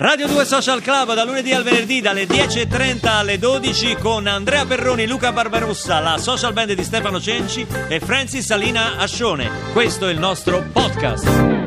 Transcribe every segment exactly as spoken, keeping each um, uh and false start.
Radio due Social Club da lunedì al venerdì dalle dieci e trenta alle dodici con Andrea Perroni, Luca Barbarossa, la social band di Stefano Cenci e Francis Alina Ascione. Questo è il nostro podcast.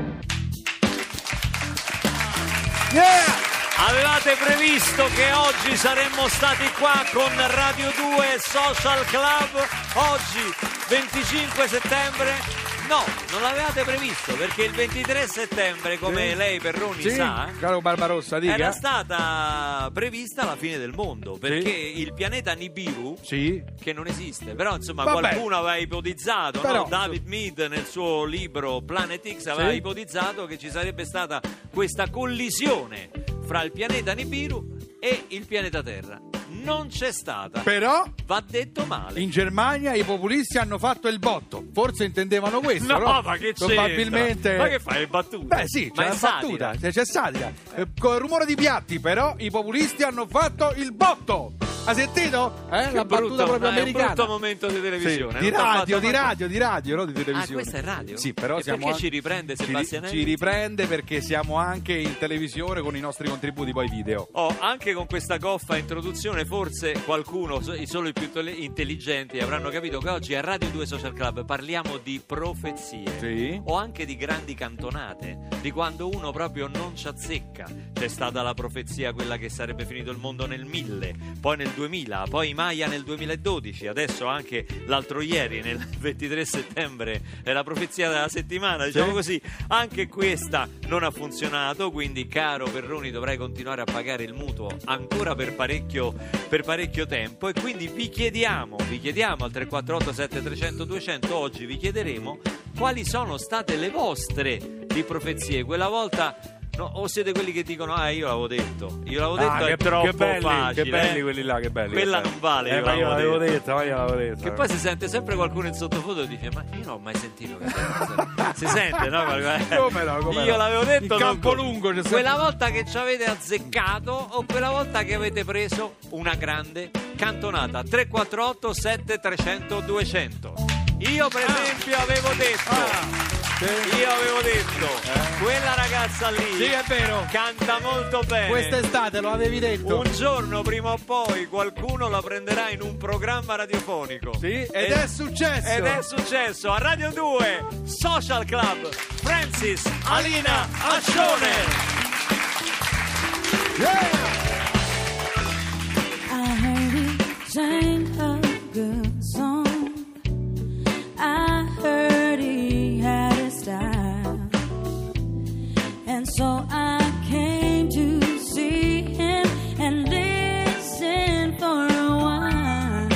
Yeah! Avevate previsto che oggi saremmo stati qua con Radio due Social Club? Oggi, venticinque settembre? No, non l'avevate previsto perché il ventitré settembre, come sì. lei Perroni sì, sa, caro Barbarossa, dica. Era stata prevista la fine del mondo perché sì. il pianeta Nibiru, sì. che non esiste, però insomma Vabbè. qualcuno aveva ipotizzato, però, no? David Mead nel suo libro Planet X aveva sì. ipotizzato che ci sarebbe stata questa collisione fra il pianeta Nibiru e il pianeta Terra. Non c'è stata. Però va detto male. In Germania i populisti hanno fatto il botto. Forse intendevano questo, no? No, ma che c'è? Probabilmente. Ma che fai, battuta? Beh sì, ma c'è una battuta, c'è satira. Eh, con il rumore di piatti, però i populisti hanno fatto il botto. Ha sentito? Eh? La battuta brutto, proprio americana. È un brutto momento di televisione. Sì, di radio, di radio, di radio, no di televisione. Ah, questa è radio? Sì, però e siamo perché an... ci riprende Sebastianelli? Ci, ci riprende perché siamo anche in televisione con i nostri contributi poi video. Oh, anche con questa goffa introduzione forse qualcuno, solo i più intelligenti, avranno capito che oggi a Radio due Social Club parliamo di profezie. Sì. O anche di grandi cantonate, di quando uno proprio non ci azzecca. C'è stata la profezia quella che sarebbe finito il mondo nel mille, poi nel duemila, poi Maya nel duemiladodici, adesso anche l'altro ieri nel ventitré settembre è la profezia della settimana, diciamo sì. così. Anche questa non ha funzionato, quindi caro Perroni dovrai continuare a pagare il mutuo ancora per parecchio, per parecchio tempo, e quindi vi chiediamo vi chiediamo al tre quattro otto sette tre zero zero due zero zero, oggi vi chiederemo quali sono state le vostre di profezie. Quella volta no, o siete quelli che dicono ah io l'avevo detto io l'avevo detto ah, è che, troppo che belli, facile che belli eh? quelli là, che belli quella che non vale eh, io ma io l'avevo detto. detto ma io l'avevo detto che poi si sente sempre qualcuno in sottofondo e dice ma io non ho mai sentito che si sente no? come no come io no. l'avevo detto il campo lungo quella sempre... volta che ci avete azzeccato o quella volta che avete preso una grande cantonata. Tre quattro otto sette tre zero zero due zero zero. Io per esempio ah. avevo detto ah. Sì. Io avevo detto eh. quella ragazza lì sì, è vero. Canta molto bene. Quest'estate lo avevi detto. Un giorno prima o poi qualcuno la prenderà in un programma radiofonico. Sì, ed, ed è successo. Ed è successo a Radio due Social Club. Francis Alina Ascione. Yeah. I heard he sang a good song. I heard he had a style, and so I came to see him and listen for a while.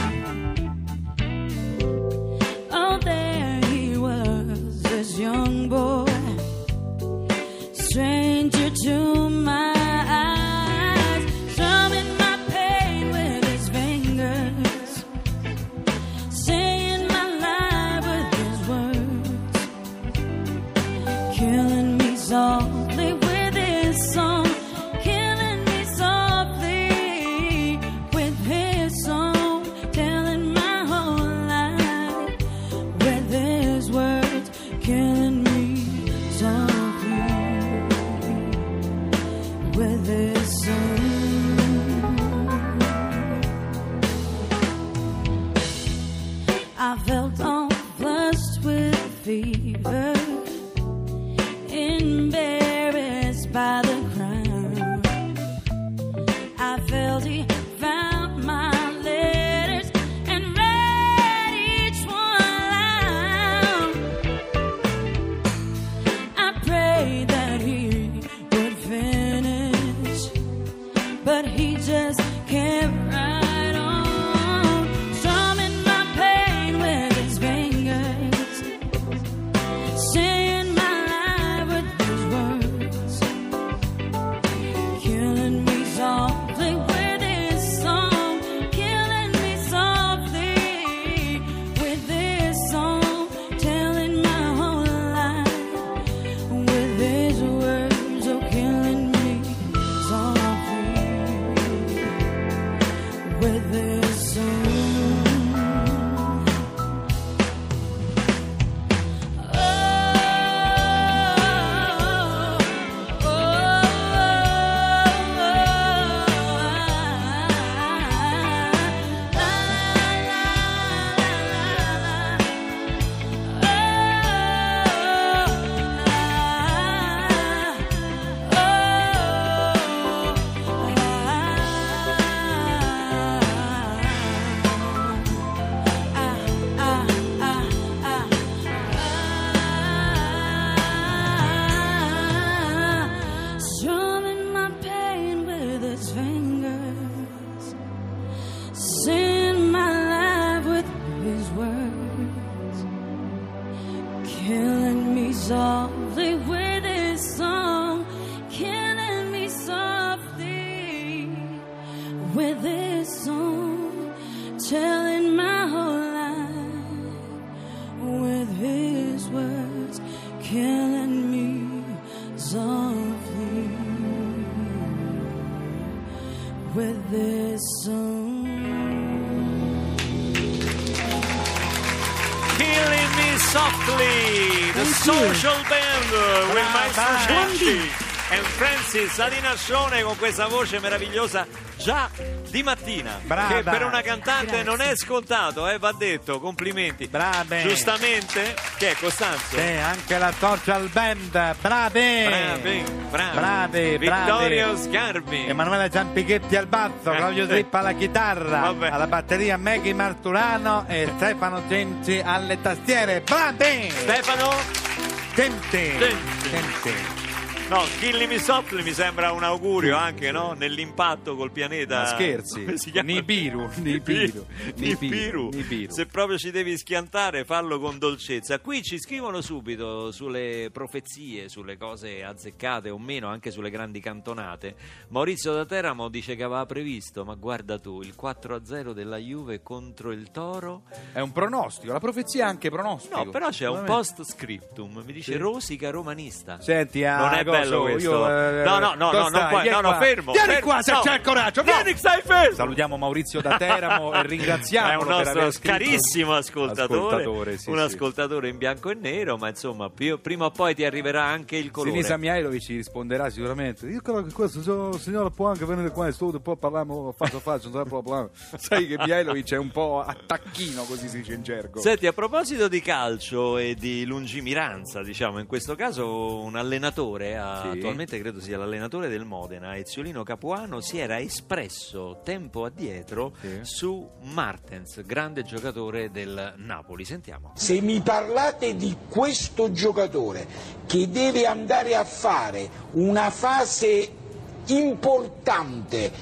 Oh, there he was, this young boy, stranger to my softly with his song, killing me softly with his song, telling my whole life with his words, killing me softly with his song. I felt all flushed with fever, embarrassed by the crowd. I felt he found my letters and read each one aloud. I prayed that he would finish, but he just kept right on, strumming my pain with his fingers, saying my softly with his song, killing me softly with his song, telling my whole life with his words, oh killing me softly with this song, telling my whole life with his words, killing me softly with this song. Killing Me Softly, the social band uh, with Maestro Cenci e Francis Adinascione con questa voce meravigliosa già di mattina. Brava. Che per una cantante Grazie. non è scontato, eh, va detto, complimenti. Brave. Giustamente, che è Costanzo? Sì, anche la social band, brave. Bravi, bravi. Bravi, Vittorio bravi. Sgarbi. Emanuele Giampichetti al basso, Claudio Trippa alla chitarra, Vabbè. alla batteria Maggie Marturano e Stefano Cenci alle tastiere. Bravi! Stefano? Cenci! Cenci. Cenci. No, Killing Me Softly mi sembra un augurio anche, no? Nell'impatto col pianeta. Ma scherzi? Come si chiama? Nibiru, Nibiru, Nibiru. Nibiru. Se proprio ci devi schiantare, fallo con dolcezza. Qui ci scrivono subito sulle profezie, sulle cose azzeccate o meno, anche sulle grandi cantonate. Maurizio da Teramo dice che aveva previsto, ma guarda tu, il quattro a zero della Juve contro il Toro. È un pronostico, la profezia è anche pronostico. No, però c'è un Veramente. post scriptum, mi dice Sì. Rosica romanista. Senti, ah, Non è cosa, bello questo. io, eh, no, no, no, dove no, non stai? puoi, Vieni no, no, qua. fermo. Vieni fermo. qua se No. c'è il coraggio. Vieni. Vieni, stai fermo. Salutiamo Maurizio da Teramo e È ringraziamolo un per nostro aver scritto. carissimo ascoltatore, Ascoltatore, sì, un sì. ascoltatore in bianco e nero, ma insomma più- prima o poi ti arriverà anche il colore. Sinisa Mihailovic ci risponderà sicuramente. Io credo che questo signor- signore può anche venire qua in studio e poi parliamo faccia a faccia, non c'è problema. Sai che Mihailovic è un po' attacchino, così si dice in gergo. Senti, a proposito di calcio e di lungimiranza, diciamo, in questo caso un allenatore, Sì. attualmente credo sia l'allenatore del Modena, Eziolino Capuano, si era espresso tempo addietro Sì. su Martens, grande giocatore del Napoli. Sentiamo. Se mi parlate di questo giocatore che deve andare a fare una fase importante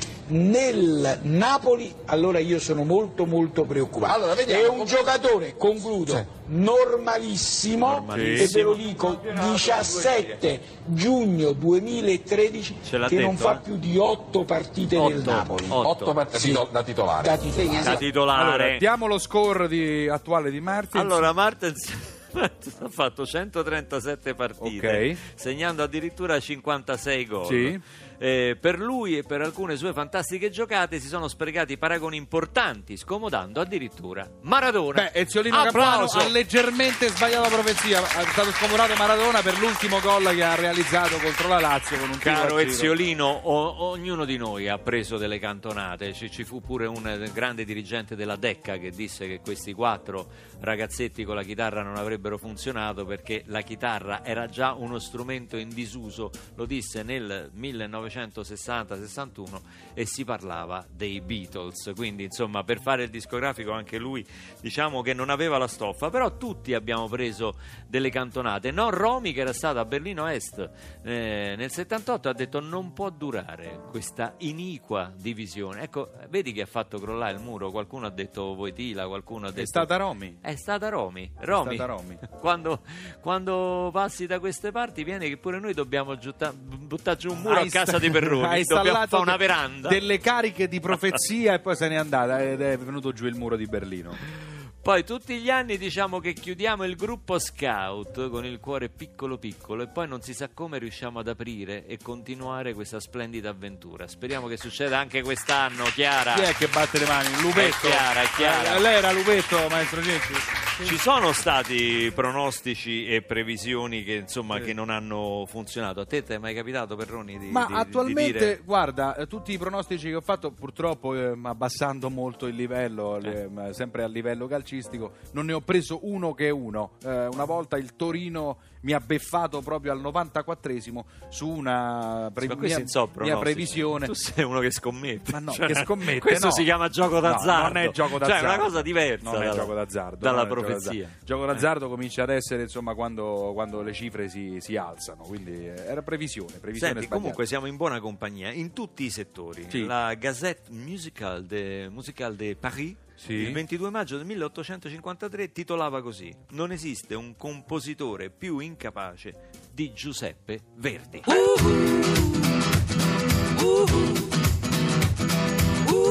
nel Napoli, allora io sono molto molto preoccupato. Allora, vediamo. È un giocatore, concludo, normalissimo, Normalissimo. e ve lo dico, diciassette giugno duemilatredici, Ce l'ha che non detto, fa eh? più di otto partite nel Otto. Napoli. Otto. Otto partite Sì. da titolare. Da titolare. Da titolare. Allora, diamo lo score di- attuale di Martins. Allora, Martens ha fatto centotrentasette partite, Ok. segnando addirittura cinquantasei gol. Sì. Eh, per lui e per alcune sue fantastiche giocate si sono sprecati paragoni importanti, scomodando addirittura Maradona. Beh, Eziolino Capuano Applauso. ha leggermente sbagliato la profezia. È stato scomodato Maradona per l'ultimo gol che ha realizzato contro la Lazio con un tiro Caro al giro. Eziolino, o- ognuno di noi ha preso delle cantonate. Ci, ci fu pure un grande dirigente della Decca che disse che questi quattro ragazzetti con la chitarra non avrebbero funzionato perché la chitarra era già uno strumento in disuso. Lo disse nel millenovecentosessanta sessantuno e si parlava dei Beatles. Quindi, insomma, per fare il discografico anche lui, diciamo che non aveva la stoffa. Però tutti abbiamo preso delle cantonate. Non Romy, che era stato a Berlino Est eh, nel settantotto, ha detto non può durare questa iniqua divisione. Ecco, vedi che ha fatto crollare il muro. Qualcuno ha detto Voitila, qualcuno ha detto È stata Romy. è stata Romy. Romy. stata Romy. Quando, quando passi da queste parti viene che pure noi dobbiamo giutta- buttare giù un muro Ha a insta- casa di Perroni. ha Dobbiamo installato fare una de- veranda. delle cariche di profezia e poi se n'è andata ed è venuto giù il muro di Berlino. Poi tutti gli anni diciamo che chiudiamo il gruppo scout con il cuore piccolo piccolo e poi non si sa come riusciamo ad aprire e continuare questa splendida avventura. Speriamo che succeda anche quest'anno, Chiara. Chi è che batte le mani? Lupetto. È Chiara, è Chiara. Eh, lei era Lupetto, maestro Cenci? Ci sono stati pronostici e previsioni che insomma che non hanno funzionato. A te ti è mai capitato, Perroni, di, Ma di- attualmente, di dire... guarda, eh, tutti i pronostici che ho fatto, purtroppo eh, abbassando molto il livello, Eh. le- ma sempre a livello calcistico, non ne ho preso uno che uno. Eh, una volta il Torino mi ha beffato proprio al novantaquattresimo su una pre- Ma questi mia, non so mia pronostici. previsione. Tu sei uno che scommette. Ma no, Cioè, che scommette, questo no. si chiama gioco No, d'azzardo. non è gioco Cioè, d'azzardo. è una cosa diversa Non è dalla, gioco d'azzardo. dalla non è gioco profezia. d'azzardo. Gioco d'azzardo comincia ad essere insomma quando, quando le cifre si, si alzano, quindi eh, era previsione, previsione Senti, sbagliata. comunque siamo in buona compagnia in tutti i settori. Sì. La Gazette Musicale de, Musicale de Paris, Sì. il ventidue maggio del milleottocentocinquantatré, titolava così: non esiste un compositore più incapace di Giuseppe Verdi. Ooh, ooh, ooh,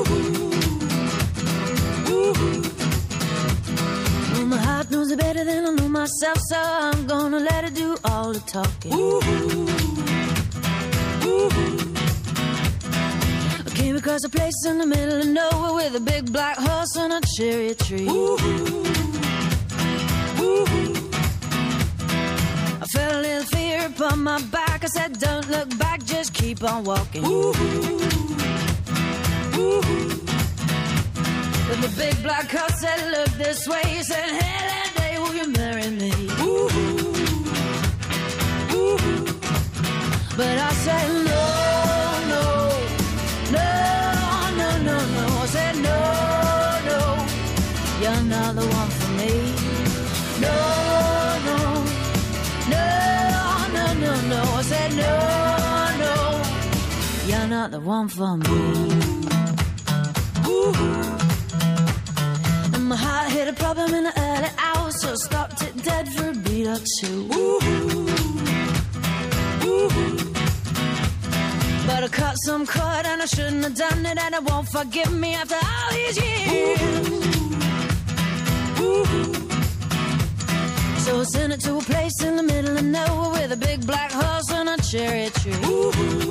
myself, so I'm gonna let her do all the talking. Ooh, ooh. I came across a place in the middle of nowhere with a big black horse and a cherry tree. Ooh, ooh. I felt a little fear upon my back. I said, don't look back, just keep on walking. Ooh, ooh. But the big black horse said, look this way. He said, hey, that day, will you marry me? Ooh, ooh. But I said, no, no, no, no, no, no. I said, no, no, you're not the one for me. No, no, no, no, no, no. I said, no, no, you're not the one for me. Ooh. My heart hit a problem in the early hours, so I stopped it dead for a beat or two. Ooh, ooh. But I caught some cord and I shouldn't have done it, and it won't forgive me after all these years. Ooh. So I sent it to a place in the middle of nowhere with a big black horse and a cherry tree. Ooh.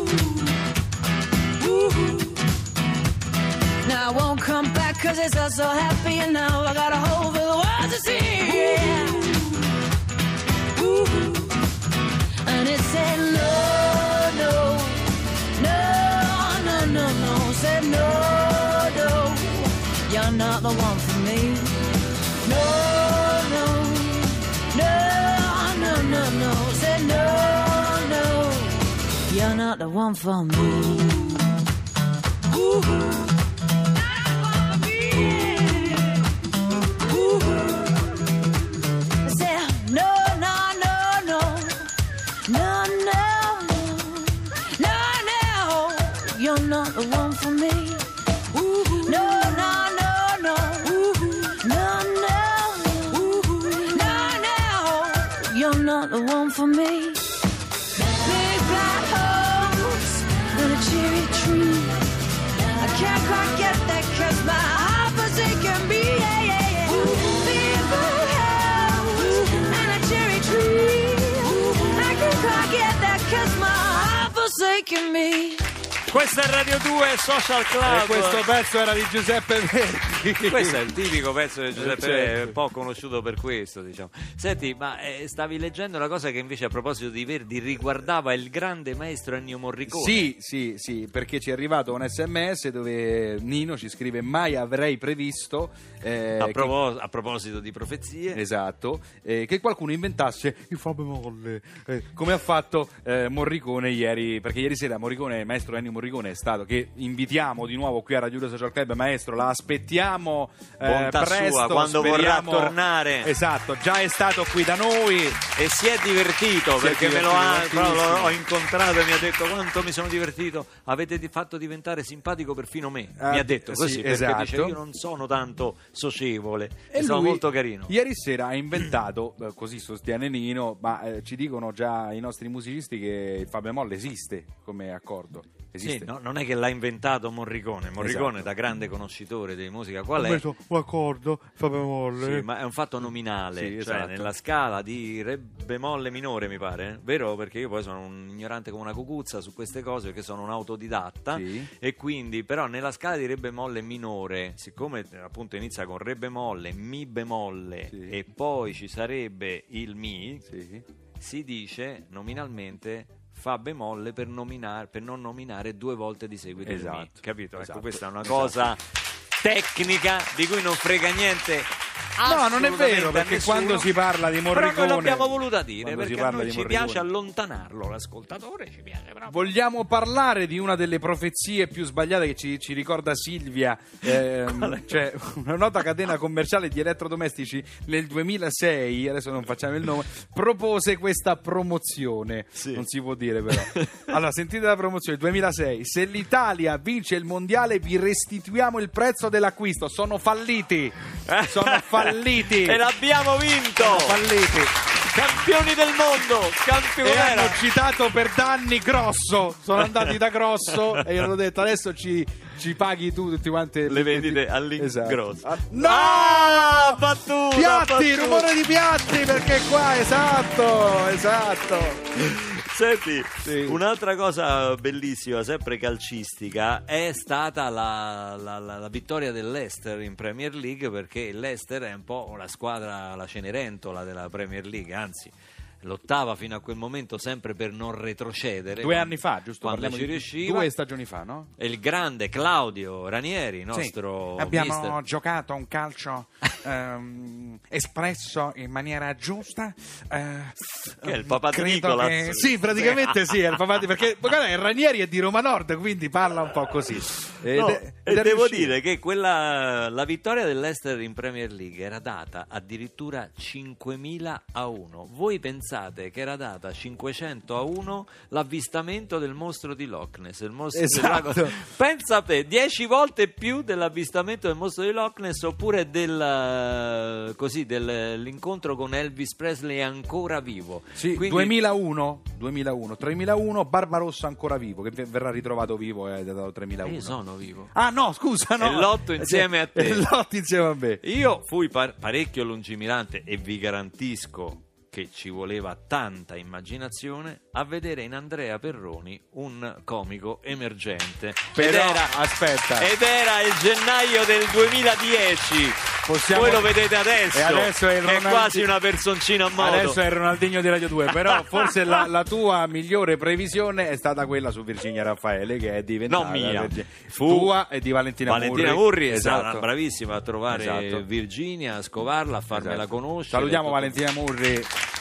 Ooh. Now I won't come back cause it's all so happy, and now I got a hole for the world to see. Yeah. Ooh. And it said no, no, no, no, no, no. Said no, no, you're not the one for me. No, no, no, no, no, no. Said no, no, you're not the one for me. Ooh. You're not the one for me. Ooh, no, no, no, no. Ooh, no, no. Ooh, no, no. You're not the one for me. Big black horse and a cherry tree. I can't quite get that cause my heart forsaken me. Yeah, yeah, yeah. Big black horse and a cherry tree. I can't quite get that cause my heart forsaken me. Questa è Radio due Social Club. E questo pezzo era di Giuseppe Verdi. Questo è il tipico pezzo di Giuseppe certo. Verdi, un po' conosciuto per questo, diciamo. Senti, ma eh, stavi leggendo una cosa che invece a proposito di Verdi riguardava il grande maestro Ennio Morricone. Sì, sì, sì, perché ci è arrivato un sms dove Nino ci scrive: mai avrei previsto eh, a, che... propos- a proposito di profezie, esatto, eh, che qualcuno inventasse il Fa bemolle, eh, come ha fatto eh, Morricone ieri, perché ieri sera Morricone, il maestro Ennio Morricone è stato, che invitiamo di nuovo qui a Radio due Social Club. Maestro, la aspettiamo eh, bontà presto, sua, quando speriamo... vorrà tornare. Esatto, già è stato qui da noi e si è divertito, si è perché divertito, me lo ha, tantissimo. però l'ho incontrato e mi ha detto quanto mi sono divertito, avete di- fatto diventare simpatico perfino me, Ah, mi ha detto sì, così, perché esatto. dice io non sono tanto socievole e, E sono lui molto carino. Ieri sera ha inventato, eh, così sostiene Nino, ma eh, ci dicono già i nostri musicisti che il Fa bemolle esiste come accordo. Esiste. Sì, no, non è che l'ha inventato Morricone. Morricone, Esatto. da grande conoscitore di musica, qual Ho è? messo un accordo, fa bemolle. Sì, ma è un fatto nominale, Sì, cioè esatto. nella scala di re bemolle minore, mi pare, eh? Vero? Perché io poi sono un ignorante come una cucuzza su queste cose, perché sono un autodidatta, Sì. e quindi però nella scala di re bemolle minore, siccome appunto inizia con re bemolle, mi bemolle, Sì. e poi ci sarebbe il mi, Sì. si dice nominalmente fa bemolle per, nominar- per non nominare due volte di seguito il mi, Esatto. capito? Esatto. Ecco, questa è una Esatto. cosa tecnica di cui non frega niente. No, non è vero, assolutamente a perché nessuno. quando si parla di Però Morricone, noi l'abbiamo voluta dire, quando si perché a parla noi di ci Morricone, piace allontanarlo, l'ascoltatore ci piace proprio. vogliamo parlare di una delle profezie più sbagliate che ci, ci ricorda Silvia, ehm, cioè una nota catena commerciale di elettrodomestici nel duemilasei, adesso non facciamo il nome, propose questa promozione, Sì. non si può dire però. Allora, sentite la promozione, duemilasei: se l'Italia vince il mondiale vi restituiamo il prezzo dell'acquisto. Sono falliti, sono falliti. E l'abbiamo vinto! Sono falliti. campioni del mondo, campioni E era. hanno citato per danni Grosso. Sono andati da Grosso e gli hanno detto adesso ci, ci paghi tu tutti quanti Le vendite Esatto. all'ingrosso. Ah, no! Ah, battuta, Piatti, battuta. rumore di piatti perché qua, esatto, esatto. Senti, Sì. un'altra cosa bellissima, sempre calcistica, è stata la, la- la- la vittoria dell'Leicester in Premier League, perché l'Leicester è un po' la squadra, la Cenerentola della Premier League, anzi lottava fino a quel momento sempre per non retrocedere. Due anni fa, giusto? Quando Parliamo ci di riusciva. due stagioni fa, no? E il grande Claudio Ranieri, nostro Sì, abbiamo mister. giocato un calcio ehm, espresso in maniera giusta. eh, Che è il papà di credo Nicolas. che- Sì, praticamente sì, è il papà di- perché guarda, il Ranieri è di Roma Nord, quindi parla un po' così. Ed No, è- e ed è devo riuscito. dire che quella, la vittoria dell'Leicester in Premier League era data addirittura cinquemila a uno. Voi pensate che era data cinquecento a uno l'avvistamento del mostro di Loch Ness, il mostro Esatto. del lago. Pensa a te, dieci volte più dell'avvistamento del mostro di Loch Ness, oppure del, così, dell'incontro con Elvis Presley ancora vivo. Sì, Quindi- duemilauno, duemilauno, tremilauno, Barbarossa ancora vivo, che verrà ritrovato vivo e è dato tremilauno. Io sono vivo. Ah no, scusa, no. E Lotto insieme a te. E Lotto insieme a me. Io fui par- parecchio lungimirante e vi garantisco che ci voleva tanta immaginazione a vedere in Andrea Perroni un comico emergente. Però, ed, era, aspetta. ed era il gennaio del duemiladieci. Possiamo- Voi lo vedete adesso, E adesso è che è Ronaldi- quasi una personcina a modo. Adesso è Ronaldinho di Radio due, però forse la, la tua migliore previsione è stata quella su Virginia Raffaele, che è diventata Non mia. Virgi- Fu- tua e di Valentina, Valentina Murri è Esatto. stata bravissima a trovare Esatto. Virginia, a scovarla, a farmela Esatto. conoscere. Salutiamo Tutto- Valentina Murri.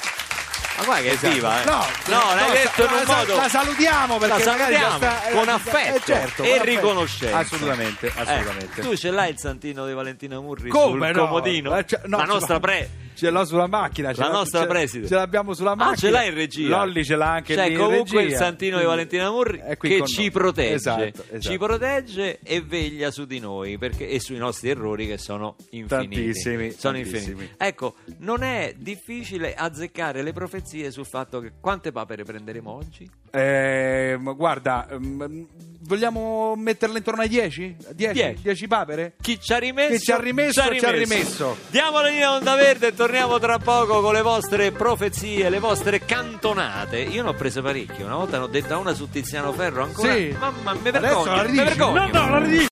Ma guarda che Esatto. è viva, eh. No, no, l'hai no, detto in la- un la- modo. la salutiamo perché La magari salutiamo sta- con eh, affetto eh, certo, e con affetto. riconoscenza. Assolutamente, assolutamente. Eh, tu ce l'hai il santino di Valentina Murri Come sul no? comodino? Eh, cioè, no, la ce nostra l'ho- pre. Ce l'ho sulla macchina. ce La l'ho- nostra ce- preside. Ce l'abbiamo sulla Ah, macchina. ce l'hai in regia. Lolli ce l'ha anche Cioè, lì in comunque regia. il santino di Valentina Murri È qui che con ci noi. protegge, Esatto, esatto. ci protegge e veglia su di noi perché, e sui nostri errori che sono infiniti. Tantissimi, Sono tantissimi. infiniti. Ecco, non è difficile azzeccare le profezie sul fatto che quante papere prenderemo oggi? Eh, ma guarda, ehm, vogliamo metterla intorno ai dieci? Dieci. dieci papere? Chi ci ha rimesso? Chi ci ha rimesso, ci ha rimesso. Diamo la linea Onda Verde e torniamo tra poco con le vostre profezie, le vostre cantonate. Io ne ho prese parecchie. Una volta ne ho detta una su Tiziano Ferro ancora. Sì. Mamma, mi Adesso vergogno. la mi ridici? vergogno. No, no, la ridici.